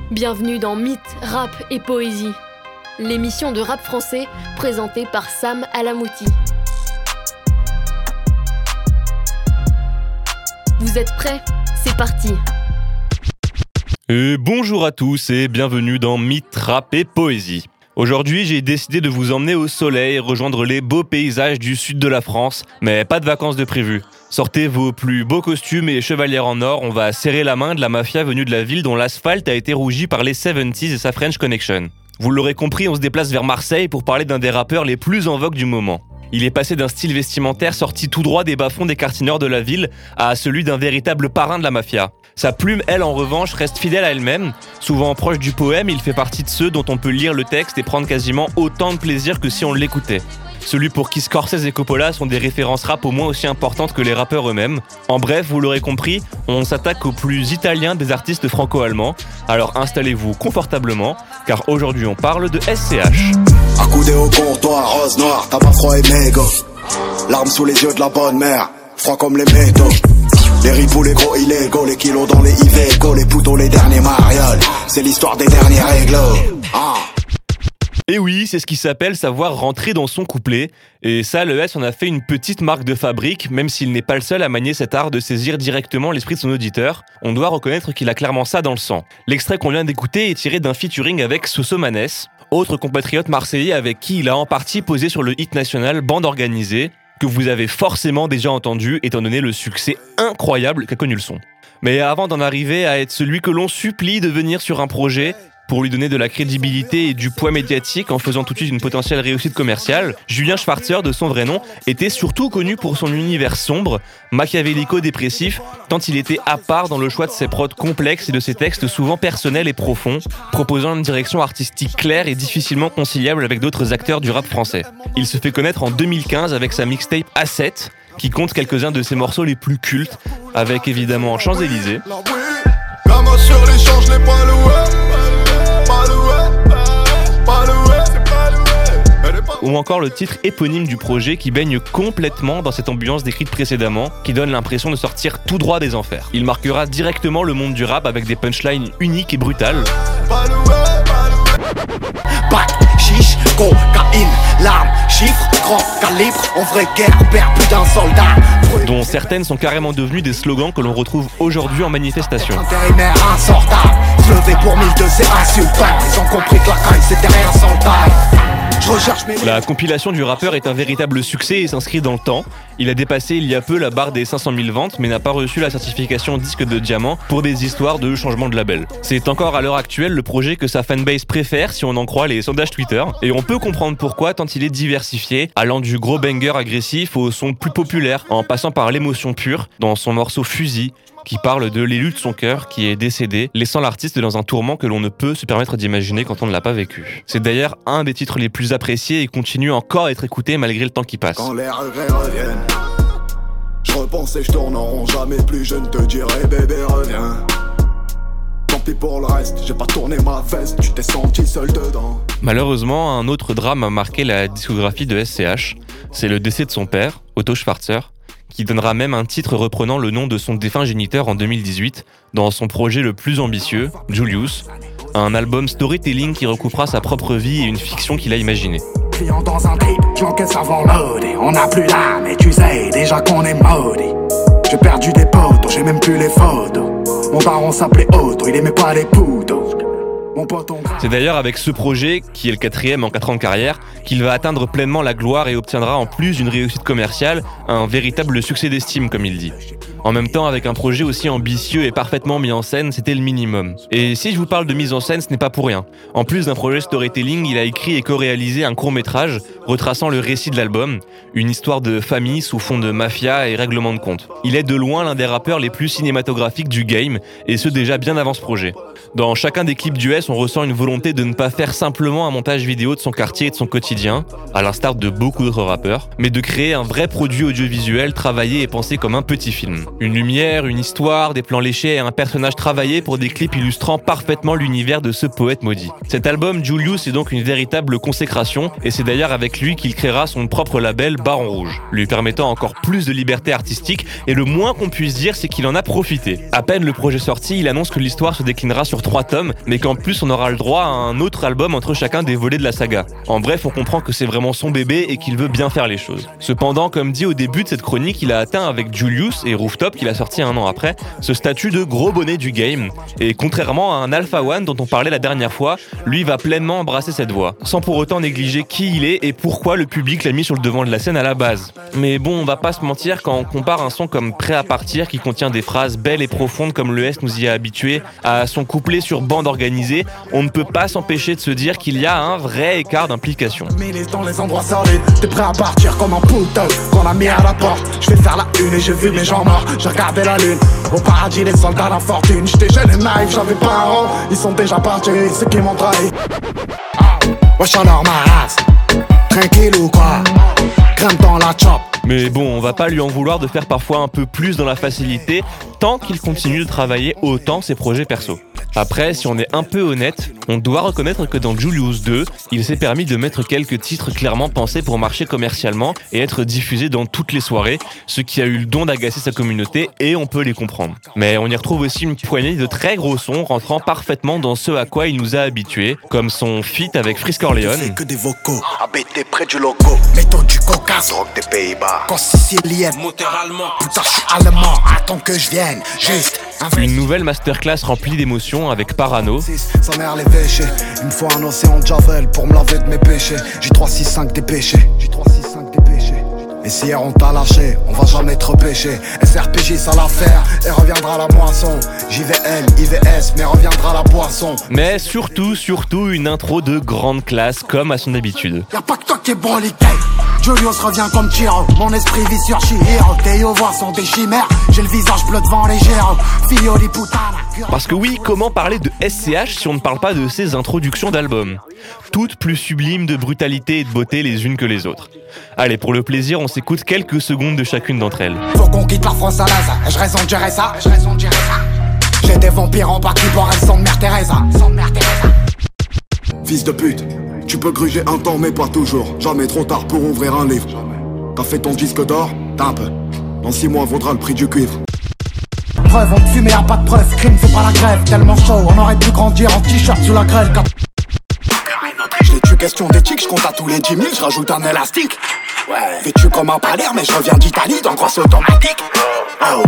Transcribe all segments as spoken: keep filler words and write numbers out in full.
Bienvenue dans Mythe, Rap et Poésie, l'émission de rap français présentée par Sam Alamouti. Vous êtes prêts ? C'est parti. Et bonjour à tous et bienvenue dans Mythe, Rap et Poésie. Aujourd'hui, j'ai décidé de vous emmener au soleil et rejoindre les beaux paysages du sud de la France, mais pas de vacances de prévu. Sortez vos plus beaux costumes et chevalières en or, on va serrer la main de la mafia venue de la ville dont l'asphalte a été rougi par les soixante-dix et sa French Connection. Vous l'aurez compris, on se déplace vers Marseille pour parler d'un des rappeurs les plus en vogue du moment. Il est passé d'un style vestimentaire sorti tout droit des bas-fonds des quartiers nord de la ville à celui d'un véritable parrain de la mafia. Sa plume, elle, en revanche, reste fidèle à elle-même. Souvent proche du poème, il fait partie de ceux dont on peut lire le texte et prendre quasiment autant de plaisir que si on l'écoutait. Celui pour qui Scorsese et Coppola sont des références rap au moins aussi importantes que les rappeurs eux-mêmes. En bref, vous l'aurez compris, on s'attaque au plus italien des artistes franco-allemands. Alors installez-vous confortablement, car aujourd'hui on parle de S C H. Accoudé au comptoir, rose noire, tabac froid et mégot. Larmes sous les yeux de la bonne mère, froid comme les métaux. Les ripoux, les gros illégaux, les kilos dans les Iveco, les poutons, les derniers marioles. C'est l'histoire des derniers réglos. Ah. Et oui, c'est ce qui s'appelle savoir rentrer dans son couplet. Et ça, le S en a fait une petite marque de fabrique, même s'il n'est pas le seul à manier cet art de saisir directement l'esprit de son auditeur. On doit reconnaître qu'il a clairement ça dans le sang. L'extrait qu'on vient d'écouter est tiré d'un featuring avec Sosomanes, autre compatriote marseillais avec qui il a en partie posé sur le hit national Bande Organisée, que vous avez forcément déjà entendu étant donné le succès incroyable qu'a connu le son. Mais avant d'en arriver à être celui que l'on supplie de venir sur un projet pour lui donner de la crédibilité et du poids médiatique en faisant tout de suite une potentielle réussite commerciale, Julien Schwarzer, de son vrai nom, était surtout connu pour son univers sombre, machiavélico-dépressif, tant il était à part dans le choix de ses prods complexes et de ses textes souvent personnels et profonds, proposant une direction artistique claire et difficilement conciliable avec d'autres acteurs du rap français. Il se fait connaître en deux mille quinze avec sa mixtape A sept, qui compte quelques-uns de ses morceaux les plus cultes, avec évidemment Champs-Élysées, ou encore le titre éponyme du projet qui baigne complètement dans cette ambiance décrite précédemment, qui donne l'impression de sortir tout droit des enfers. Il marquera directement le monde du rap avec des punchlines uniques et brutales, Bac, chiche, cocaïne, larmes, chiffres, grand calibre, en vraie guerre, perd plus d'un soldat. Dont certaines sont carrément devenues des slogans que l'on retrouve aujourd'hui en manifestation. Intérimaire insortable, se lever pour mille deux c'est insultant. Ils ont compris que la caille c'était rien sans le taille. La compilation du rappeur est un véritable succès et s'inscrit dans le temps. Il a dépassé il y a peu la barre des cinq cent mille ventes, mais n'a pas reçu la certification disque de diamant pour des histoires de changement de label. C'est encore à l'heure actuelle le projet que sa fanbase préfère si on en croit les sondages Twitter, et on peut comprendre pourquoi tant il est diversifié, allant du gros banger agressif au son plus populaire, en passant par l'émotion pure dans son morceau Fusil, qui parle de l'élu de son cœur qui est décédé, laissant l'artiste dans un tourment que l'on ne peut se permettre d'imaginer quand on ne l'a pas vécu. C'est d'ailleurs un des titres les plus appréciés et continue encore à être écouté malgré le temps qui passe. Quand les regrets reviennent, je repense et je tourne en rond, jamais plus je ne te dirai bébé reviens. Tant pis pour le reste, j'ai pas tourné ma veste, tu t'es senti seul dedans. Malheureusement, un autre drame a marqué la discographie de S C H, c'est le décès de son père, Otto Schwarzer, qui donnera même un titre reprenant le nom de son défunt géniteur en deux mille dix-huit, dans son projet le plus ambitieux, Julius, un album storytelling qui recoupera sa propre vie et une fiction qu'il a imaginée. Client dans un trip, j'encaisse avant loadé, on n'a plus l'âme et tu sais déjà qu'on est maudit. J'ai perdu des potos, j'ai même plus les photos. Mon daron s'appelait Otto, il aimait pas les poudres. C'est d'ailleurs avec ce projet, qui est le quatrième en quatre ans de carrière, qu'il va atteindre pleinement la gloire et obtiendra en plus d'une réussite commerciale, un véritable succès d'estime comme il dit. En même temps, avec un projet aussi ambitieux et parfaitement mis en scène, c'était le minimum. Et si je vous parle de mise en scène, ce n'est pas pour rien. En plus d'un projet storytelling, il a écrit et co-réalisé un court-métrage retraçant le récit de l'album, une histoire de famille sous fond de mafia et règlement de compte. Il est de loin l'un des rappeurs les plus cinématographiques du game, et ce déjà bien avant ce projet. Dans chacun des clips du S, on ressent une volonté de ne pas faire simplement un montage vidéo de son quartier et de son quotidien, à l'instar de beaucoup d'autres rappeurs, mais de créer un vrai produit audiovisuel travaillé et pensé comme un petit film. Une lumière, une histoire, des plans léchés et un personnage travaillé pour des clips illustrant parfaitement l'univers de ce poète maudit. Cet album, Julius, est donc une véritable consécration et c'est d'ailleurs avec lui qu'il créera son propre label Baron Rouge, lui permettant encore plus de liberté artistique et le moins qu'on puisse dire c'est qu'il en a profité. À peine le projet sorti, il annonce que l'histoire se déclinera sur trois tomes mais qu'en plus on aura le droit à un autre album entre chacun des volets de la saga. En bref, on comprend que c'est vraiment son bébé et qu'il veut bien faire les choses. Cependant, comme dit au début de cette chronique, il a atteint avec Julius et Rooftop, qu'il a sorti un an après, ce statut de gros bonnet du game. Et contrairement à un Alpha One dont on parlait la dernière fois, lui va pleinement embrasser cette voie, sans pour autant négliger qui il est et pourquoi le public l'a mis sur le devant de la scène à la base. Mais bon, on va pas se mentir, quand on compare un son comme Prêt à partir, qui contient des phrases belles et profondes comme le S nous y a habitués, à son couplet sur bande organisée, on ne peut pas s'empêcher de se dire qu'il y a un vrai écart d'implication. Dans les endroits solides, t'es prêt à partir comme un puto qu'on a mis à la porte. Je vais faire la une et j'ai vu mes gens morts. J'ai regardé la lune, au paradis les soldats d'infortune. J'étais jeune et naïf, j'avais pas un rond. Ils sont déjà partis, ceux qui m'ont trahi. Wesh alors ma race, tranquille ou quoi? Crème dans la chop. Mais bon, on va pas lui en vouloir de faire parfois un peu plus dans la facilité, tant qu'il continue de travailler autant ses projets perso. Après, si on est un peu honnête, on doit reconnaître que dans Julius deux, il s'est permis de mettre quelques titres clairement pensés pour marcher commercialement et être diffusés dans toutes les soirées, ce qui a eu le don d'agacer sa communauté et on peut les comprendre. Mais on y retrouve aussi une poignée de très gros sons rentrant parfaitement dans ce à quoi il nous a habitués, comme son feat avec Frisk Orleans. Que des vocaux, habité près du logo, méthode du Caucase, drogue des Pays-Bas, quand sicilienne, moteur allemand, putain je suis allemand, attends que je vienne, juste. Une nouvelle masterclass remplie d'émotions avec Parano. Sa mère les péchés, une fois un océan de javel pour me laver de mes péchés. J'ai trois six cinq des péchés, j'ai trois six cinq des péchés. Et si hier on t'a lâché, on va jamais te repêcher. S R P J ça l'affaire, et reviendra la moisson. J V L, I V S, mais reviendra la boisson. Mais surtout, surtout une intro de grande classe comme à son habitude. Y'a pas que toi qui est broliqué. Julius revient comme Chiro, mon esprit vit sur Chihiro. Tes voix sont des chimères, j'ai le visage bleu devant les géros. Figlio di puttana. Parce que oui, comment parler de S C H si on ne parle pas de ses introductions d'albums? Toutes plus sublimes de brutalité et de beauté les unes que les autres. Allez, pour le plaisir, on s'écoute quelques secondes de chacune d'entre elles. Faut qu'on quitte la France à l'Aza, ai-je raison de gérer ça? Ai-je raison de gérer ça? J'ai des vampires en bas qui boivent le sang de Mère Teresa. Sang de Mère Teresa. Fils de pute, tu peux gruger un temps mais pas toujours. Jamais trop tard pour ouvrir un livre. T'as fait ton disque d'or? T'as un peu. Dans six mois vaudra le prix du cuivre. Preuve, on te fume et y'a pas de preuve. Crime c'est pas la grève, tellement chaud. On aurait pu grandir en t-shirt sous la grêle quand... Je l'ai tué question d'éthique, je compte à tous les dix mille, je rajoute un élastique. Ouais, vêtu comme un palais, mais je reviens d'Italie dans grosse automatique. Oh.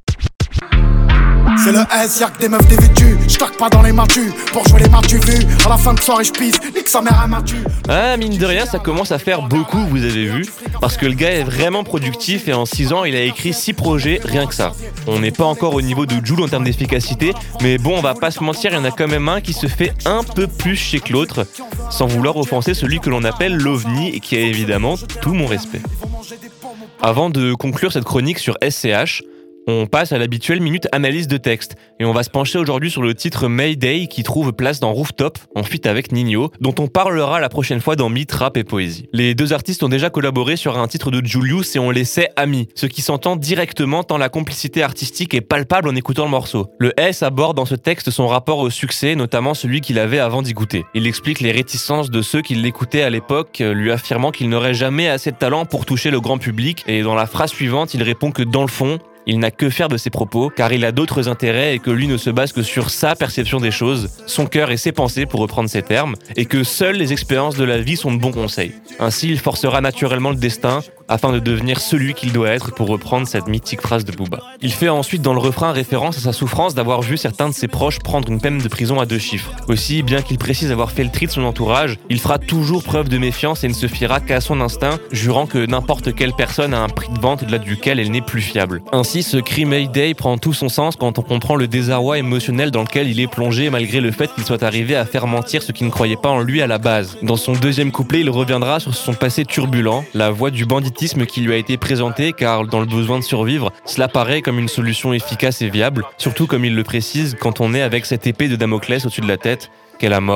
C'est le S, y'a que des meufs dévêtues. J'claque pas dans les mains tues. Pour jouer les mains tu vues. À la fin de soirée j'pisse, nique sa mère à main tue. Ah, mine de rien, ça commence à faire beaucoup, vous avez vu. Parce que le gars est vraiment productif et en six ans, il a écrit six projets, rien que ça. On n'est pas encore au niveau de Jul en termes d'efficacité, mais bon, on va pas se mentir, il y en a quand même un qui se fait un peu plus chier que l'autre, sans vouloir offenser celui que l'on appelle l'OVNI et qui a évidemment tout mon respect. Avant de conclure cette chronique sur S C H, on passe à l'habituelle minute analyse de texte, et on va se pencher aujourd'hui sur le titre Mayday qui trouve place dans Rooftop, en feat avec Nino, dont on parlera la prochaine fois dans Mythe, Rap et Poésie. Les deux artistes ont déjà collaboré sur un titre de Julius et on les sait amis, ce qui s'entend directement tant la complicité artistique est palpable en écoutant le morceau. Le S aborde dans ce texte son rapport au succès, notamment celui qu'il avait avant d'y goûter. Il explique les réticences de ceux qui l'écoutaient à l'époque, lui affirmant qu'il n'aurait jamais assez de talent pour toucher le grand public, et dans la phrase suivante, il répond que dans le fond, il n'a que faire de ses propos, car il a d'autres intérêts et que lui ne se base que sur sa perception des choses, son cœur et ses pensées pour reprendre ses termes, et que seules les expériences de la vie sont de bons conseils. Ainsi, il forcera naturellement le destin afin de devenir celui qu'il doit être pour reprendre cette mythique phrase de Booba. Il fait ensuite dans le refrain référence à sa souffrance d'avoir vu certains de ses proches prendre une peine de prison à deux chiffres. Aussi, bien qu'il précise avoir fait le tri de son entourage, il fera toujours preuve de méfiance et ne se fiera qu'à son instinct, jurant que n'importe quelle personne a un prix de vente au-delà duquel elle n'est plus fiable. Ainsi, ce cri Mayday prend tout son sens quand on comprend le désarroi émotionnel dans lequel il est plongé malgré le fait qu'il soit arrivé à faire mentir ceux qui ne croyaient pas en lui à la base. Dans son deuxième couplet, il reviendra sur son passé turbulent, la voie du banditisme qui lui a été présentée car dans le besoin de survivre, cela paraît comme une solution efficace et viable, surtout comme il le précise quand on est avec cette épée de Damoclès au-dessus de la tête, qu'est la mort,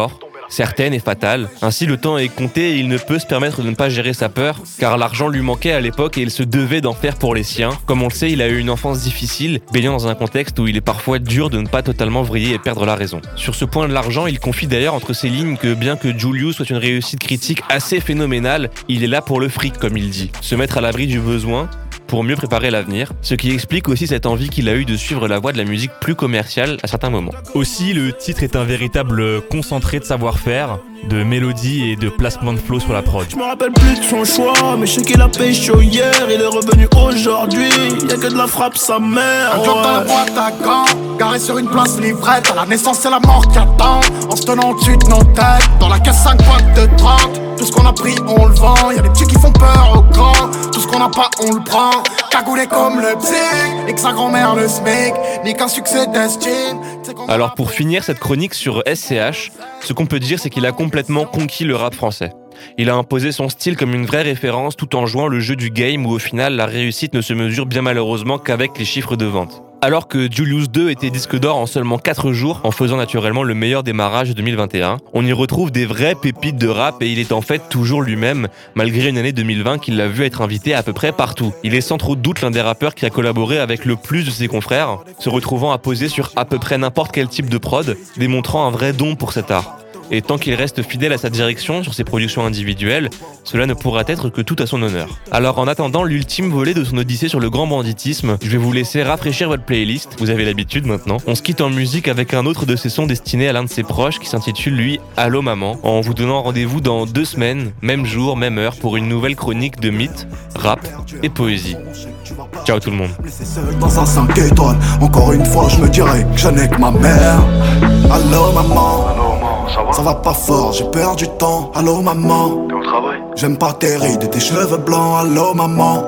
certaine et fatale. Ainsi, le temps est compté et il ne peut se permettre de ne pas gérer sa peur, car l'argent lui manquait à l'époque et il se devait d'en faire pour les siens. Comme on le sait, il a eu une enfance difficile, baignant dans un contexte où il est parfois dur de ne pas totalement vriller et perdre la raison. Sur ce point de l'argent, il confie d'ailleurs entre ses lignes que bien que Julius soit une réussite critique assez phénoménale, il est là pour le fric, comme il dit. Se mettre à l'abri du besoin pour mieux préparer l'avenir, ce qui explique aussi cette envie qu'il a eu de suivre la voie de la musique plus commerciale à certains moments. Aussi, le titre est un véritable concentré de savoir-faire, de mélodie et de placement de flow sur la prod. Je me rappelle plus de son choix, mais je sais qu'il a payé chaud hier, il est revenu aujourd'hui, y'a que de la frappe sa mère. Un job dans la boîte à gants, garé sur une place livrette, à la naissance c'est la mort qui attend, en se tenant au-dessus de nos têtes, dans la caisse cinq boîtes de trente, tout ce qu'on a pris on le vend, y'a des petits qui font peur aux grands, tout ce qu'on n'a pas on le prend, cagoulé comme le psy, et que sa grand-mère le smic, ni qu'un succès d'estime. Alors pour finir cette chronique sur S C H, ce qu'on peut dire c'est qu'il a complètement conquis le rap français. Il a imposé son style comme une vraie référence tout en jouant le jeu du game où au final la réussite ne se mesure bien malheureusement qu'avec les chiffres de vente. Alors que Julius deux était disque d'or en seulement quatre jours, en faisant naturellement le meilleur démarrage de deux mille vingt et un, on y retrouve des vraies pépites de rap et il est en fait toujours lui-même, malgré une année deux mille vingt qui l'a vu être invité à peu près partout. Il est sans trop de doute l'un des rappeurs qui a collaboré avec le plus de ses confrères, se retrouvant à poser sur à peu près n'importe quel type de prod, démontrant un vrai don pour cet art. Et tant qu'il reste fidèle à sa direction sur ses productions individuelles, cela ne pourra être que tout à son honneur. Alors en attendant l'ultime volet de son odyssée sur le grand banditisme, je vais vous laisser rafraîchir votre playlist, vous avez l'habitude maintenant. On se quitte en musique avec un autre de ses sons destinés à l'un de ses proches qui s'intitule lui « Allô maman », en vous donnant rendez-vous dans deux semaines, même jour, même heure, pour une nouvelle chronique de mythes, rap et poésie. Ciao tout le monde. Dans un cinq étoiles, encore une fois je me dirais que je n'ai que ma mère. Allô maman, ça va, ça va pas fort, j'ai perdu du temps. Allô maman, t'es au travail? J'aime pas tes rides et tes cheveux blancs. Allô maman,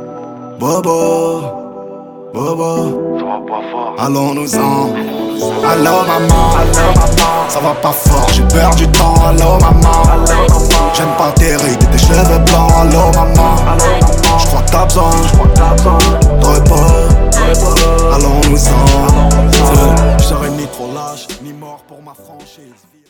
Bobo, Bobo, ça va pas fort. Allons-nous-en. Allô maman, ça va pas fort, j'ai perdu du temps. Allô maman, j'aime pas tes rides et tes cheveux blancs. Allô maman, j'crois que t'as besoin de repos. Allons-nous-en. Je serai ni trop lâche, ni mort pour ma franchise.